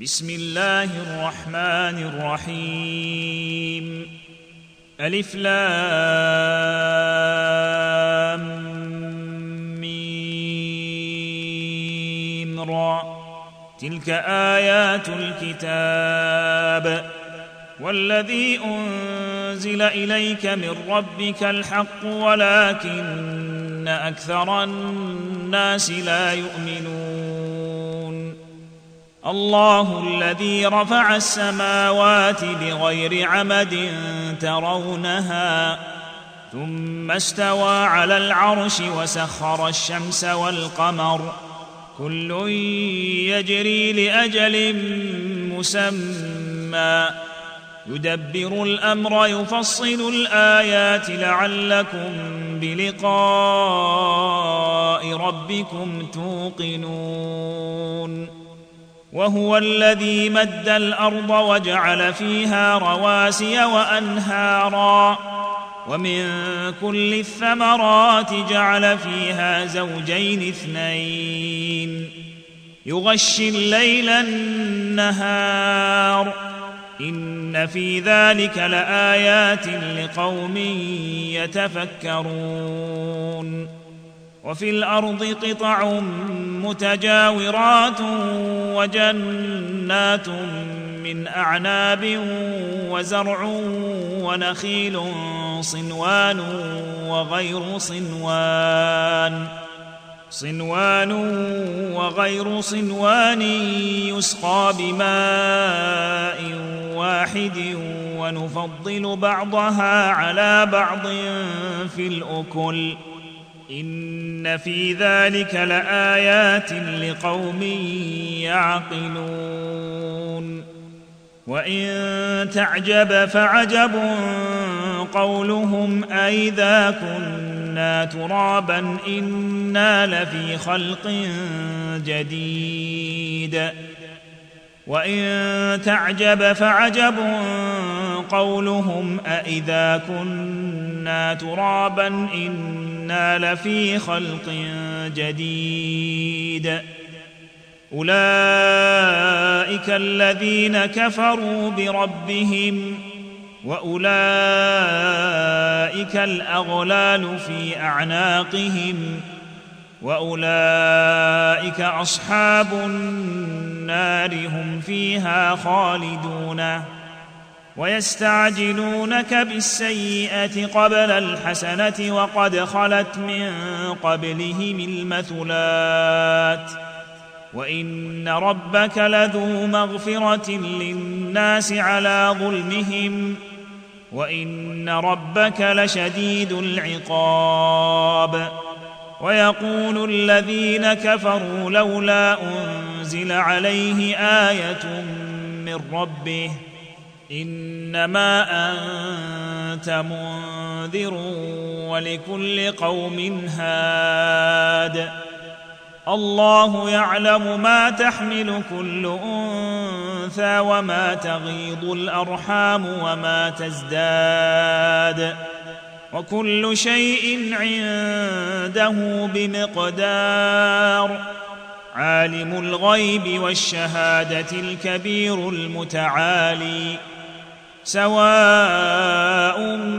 بسم الله الرحمن الرحيم ألف لام ميم را تلك آيات الكتاب والذي أنزل إليك من ربك الحق ولكن أكثر الناس لا يؤمنون الله الذي رفع السماوات بغير عمد ترونها ثم استوى على العرش وسخر الشمس والقمر كل يجري لأجل مسمى يدبر الأمر يفصل الآيات لعلكم بلقاء ربكم توقنون وهو الذي مد الأرض وجعل فيها رواسي وأنهارا ومن كل الثمرات جعل فيها زوجين اثنين يغشي الليل النهار إن في ذلك لآيات لقوم يتفكرون وفي الأرض قطع متجاورات وجنات من أعناب وزرع ونخيل صنوان وغير صنوان يسقى بماء واحد ونفضل بعضها على بعض في الأكل إن في ذلك لآيات لقوم يعقلون وإن تعجب فعجب قولهم أئذا كنا ترابا إنا لفي خلق جديد وإن تعجب فعجب قولهم أئذا كنا ترابا إنا لفي خلق جديد أولئك الذين كفروا بربهم وأولئك الأغلال في أعناقهم وأولئك أصحاب النار هم فيها خالدون ويستعجلونك بالسيئة قبل الحسنة وقد خلت من قبلهم المثلات وإن ربك لذو مغفرة للناس على ظلمهم وإن ربك لشديد العقاب ويقول الذين كفروا لولا أنزل عليه آية من ربه إنما أنت منذر ولكل قوم هاد الله يعلم ما تحمل كل أنثى وما تغيض الأرحام وما تزداد وكل شيء عنده بمقدار عالم الغيب والشهادة الكبير المتعالي سواء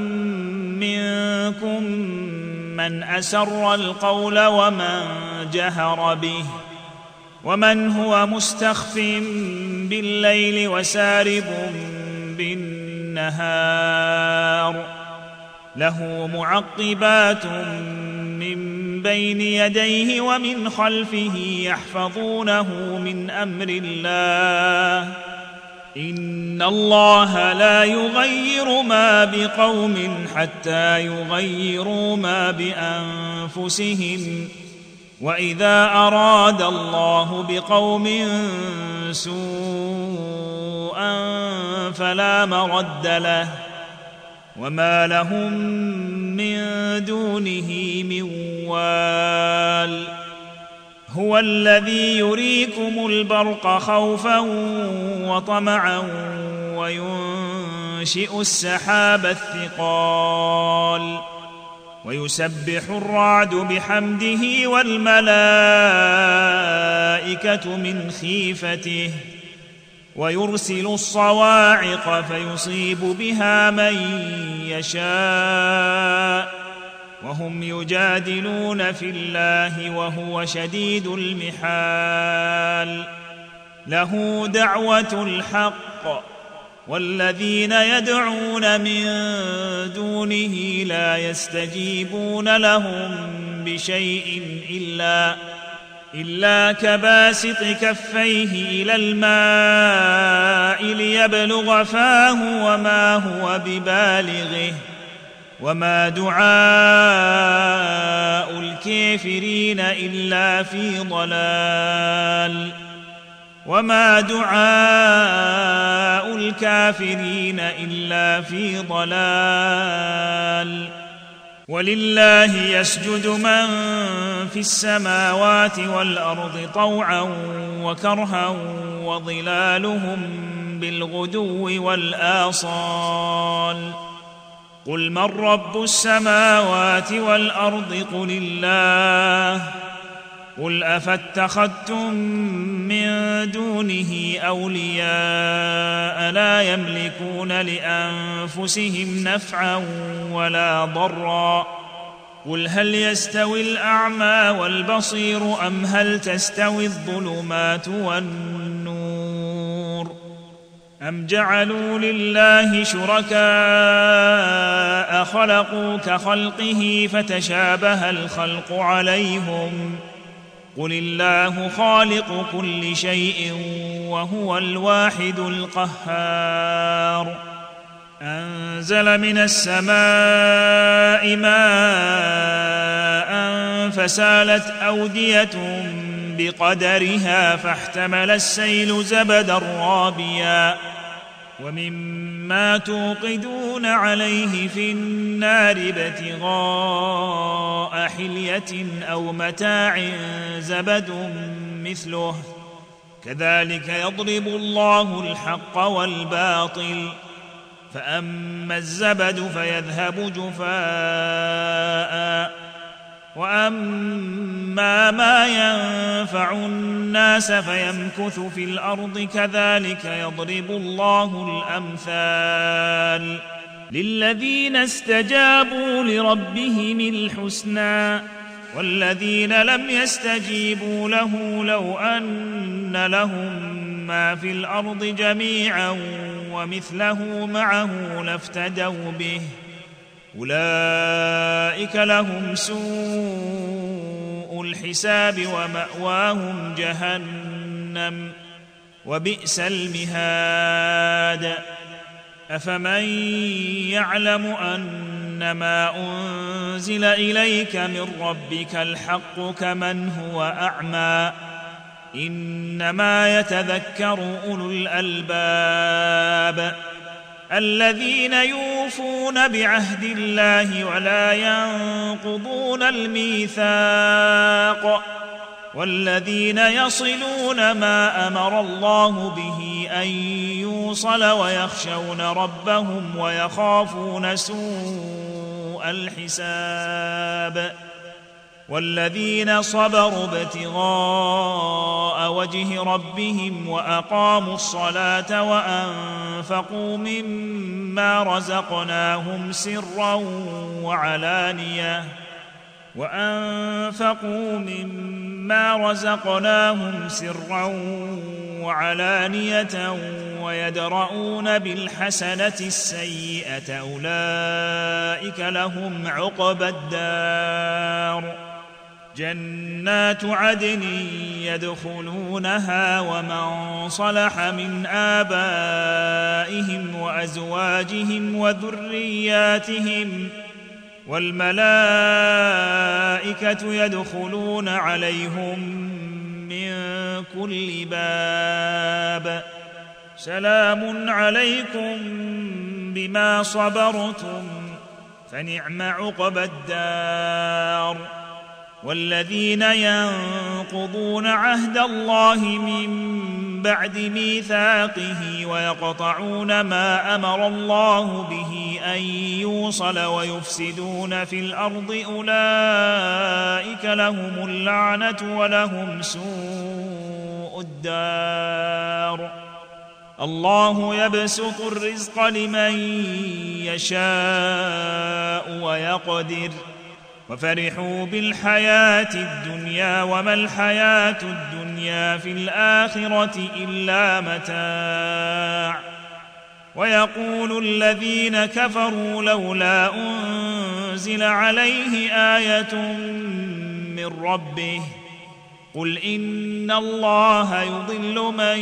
منكم من أسر القول ومن جهر به ومن هو مستخف بالليل وسارب بالنهار له معقبات من بين يديه ومن خلفه يحفظونه من أمر الله إن الله لا يغير ما بقوم حتى يغيروا ما بأنفسهم وإذا أراد الله بقوم سوءا فلا مرد له وما لهم من دونه من وال هو الذي يريكم البرق خوفا وطمعا وينشئ السحاب الثقال ويسبح الرعد بحمده والملائكة من خيفته ويرسل الصواعق فيصيب بها من يشاء وهم يجادلون في الله وهو شديد المحال له دعوة الحق والذين يدعون من دونه لا يستجيبون لهم بشيء إلا كباسط كفيه إلى الماء ليبلغ فاه وما هو ببالغه وما دعاء الكافرين إلا في ضلال وما دعاء الكافرين إلا في ضلال ولله يسجد من في السماوات والأرض طوعا وكرها وظلالهم بالغدو والآصال قل من رب السماوات والأرض قل الله قل أفاتخذتم من دونه أولياء لا يملكون لأنفسهم نفعا ولا ضرا قل هل يستوي الأعمى والبصير أم هل تستوي الظلمات والنور أم جعلوا لله شركاء خلقوا كخلقه فتشابه الخلق عليهم قل الله خالق كل شيء وهو الواحد القهار أنزل من السماء ماء فسالت أودية بقدرها فاحتمل السيل زبدا رابيا ومما توقدون عليه في النار ابتغاء حلية أو متاع زبد مثله كذلك يضرب الله الحق والباطل فأما الزبد فيذهب جفاء وأما ما ينفع الناس فيمكث في الأرض كذلك يضرب الله الأمثال للذين استجابوا لربهم الحسنى والذين لم يستجيبوا له لو أن لهم ما في الأرض جميعا ومثله معه لافتدوا به أولئك لهم سوء الحساب ومأواهم جهنم وبئس المهاد أفمن يعلم أنما أنزل إليك من ربك الحق كمن هو أعمى إنما يتذكر أولو الألباب الذين يوفون بعهد الله ولا ينقضون الميثاق والذين يصلون ما أمر الله به أن يوصل ويخشون ربهم ويخافون سوء الحساب والذين صبروا ابتغاء وجه ربهم وأقاموا الصلاة وأنفقوا مما رزقناهم سرا وعلانية ويدرؤون بالحسنة السيئة أولئك لهم عقبى الدار جنات عدن يدخلونها ومن صلح من آبائهم وأزواجهم وذرياتهم والملائكة يدخلون عليهم من كل باب سلام عليكم بما صبرتم فنعم عقبى الدار والذين ينقضون عهد الله من بعد ميثاقه ويقطعون ما أمر الله به أن يوصل ويفسدون في الأرض أولئك لهم اللعنة ولهم سوء الدار الله يبسط الرزق لمن يشاء ويقدر وفرحوا بالحياة الدنيا وما الحياة الدنيا في الآخرة إلا متاع ويقول الذين كفروا لولا أنزل عليه آية من ربه قل إن الله يضل من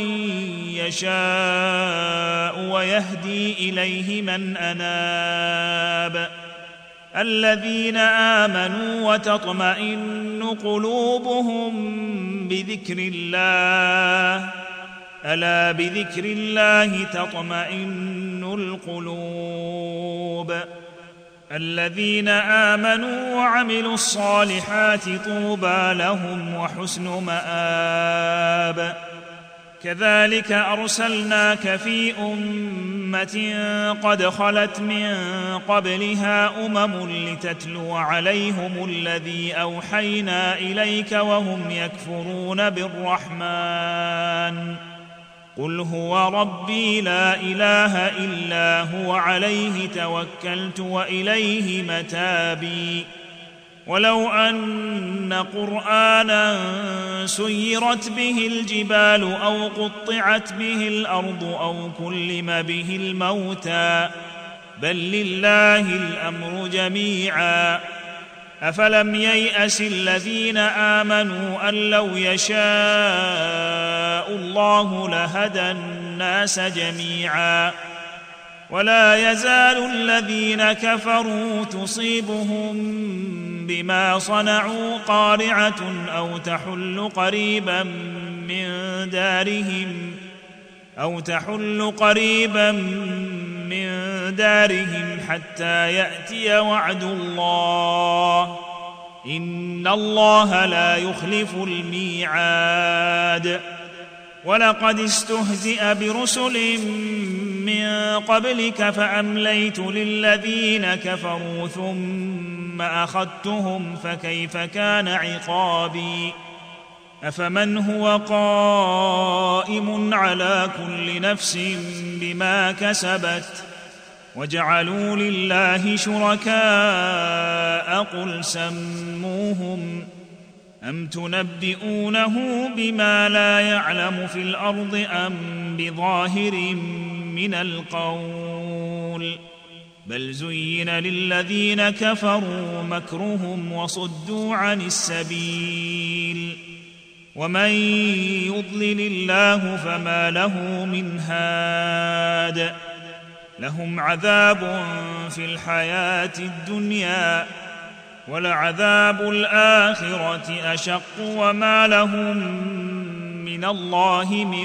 يشاء ويهدي إليه من أناب الذين آمنوا وتطمئن قلوبهم بذكر الله ألا بذكر الله تطمئن القلوب الذين آمنوا وعملوا الصالحات طوبى لهم وحسن مآب كذلك أرسلناك في أمة قد خلت من قبلها لتتلو عليهم الذي أوحينا إليك وهم يكفرون بالرحمن قل هو ربي لا إله إلا هو عليه توكلت وإليه متابي ولو أن قرآنا سيرت به الجبال أو قطعت به الأرض أو كلم به الموتى بل لله الأمر جميعا أفلم ييأس الذين آمنوا أن لو يشاء الله لهدى الناس جميعا ولا يزال الذين كفروا تصيبهم بما صنعوا قارعة أو تحل قريبا من دارهم حتى يأتي وعد الله إن الله لا يخلف الميعاد ولقد استهزئ برسل من قبلك فأمليت للذين كفروا ثم أخذتهم فكيف كان عقابي أفمن هو قائم على كل نفس بما كسبت وجعلوا لله شركاء قل سموهم أم تنبئونه بما لا يعلم في الأرض أم بظاهر من القول بل زين للذين كفروا مكرهم وصدوا عن السبيل ومن يضلل الله فما له من هاد لهم عذاب في الحياة الدنيا ولعذاب الآخرة أشق وما لهم من الله من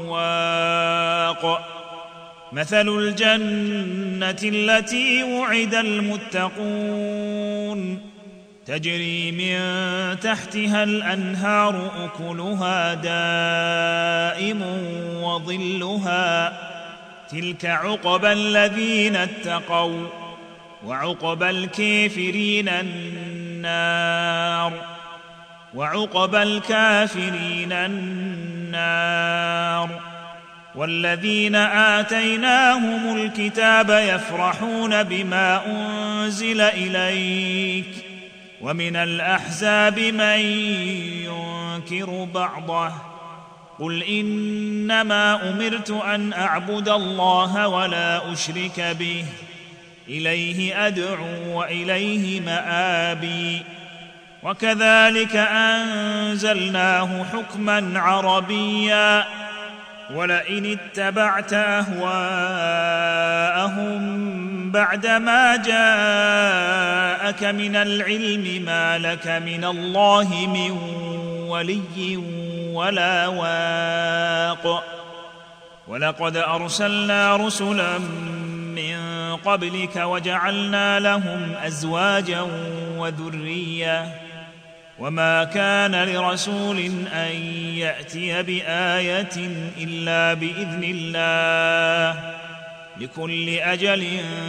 واق مثل الجنة التي وعد المتقون تجري من تحتها الأنهار أكلها دائم وظلها تلك عقبى الذين اتقوا وعقبى الكافرين النار والذين آتيناهم الكتاب يفرحون بما أنزل إليك ومن الأحزاب من ينكر بعضه قل إنما أمرت أن أعبد الله ولا أشرك به إليه أدعو وإليه مآبي وكذلك أنزلناه حكما عربيا ولئن اتبعت أهواءهم بعدما جاءك من العلم ما لك من الله من ولي ولا واق ولقد أرسلنا رسلا من قبلك وجعلنا لهم أزواجا وذرية وما كان لرسول أن يأتي بآية إلا بإذن الله لكل أجل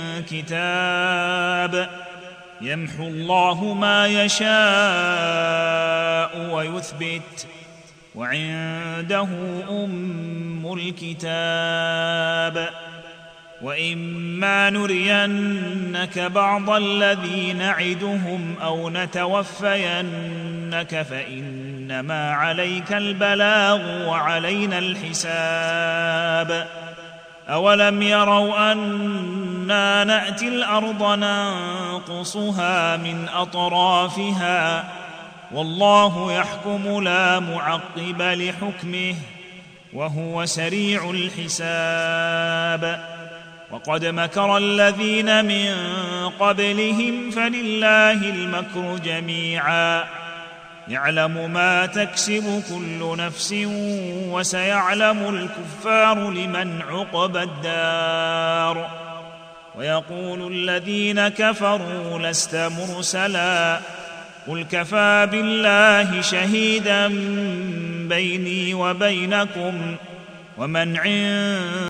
كتاب يمحو الله ما يشاء ويثبت وعنده أم الكتاب. وإما نرينك بعض الذي نعدهم أو نتوفينك فإنما عليك البلاغ وعلينا الحساب. أولم يروا أنا نأتي الأرض ننقصها من أطرافها والله يحكم لا معقب لحكمه وهو سريع الحساب. وقد مكر الذين من قبلهم فلله المكر جميعا يعلم ما تكسب كل نفس وسيعلم الكفار لمن عقبى الدار. ويقول الذين كفروا لست مرسلا قل كفى بالله شهيدا بيني وبينكم ومن عنده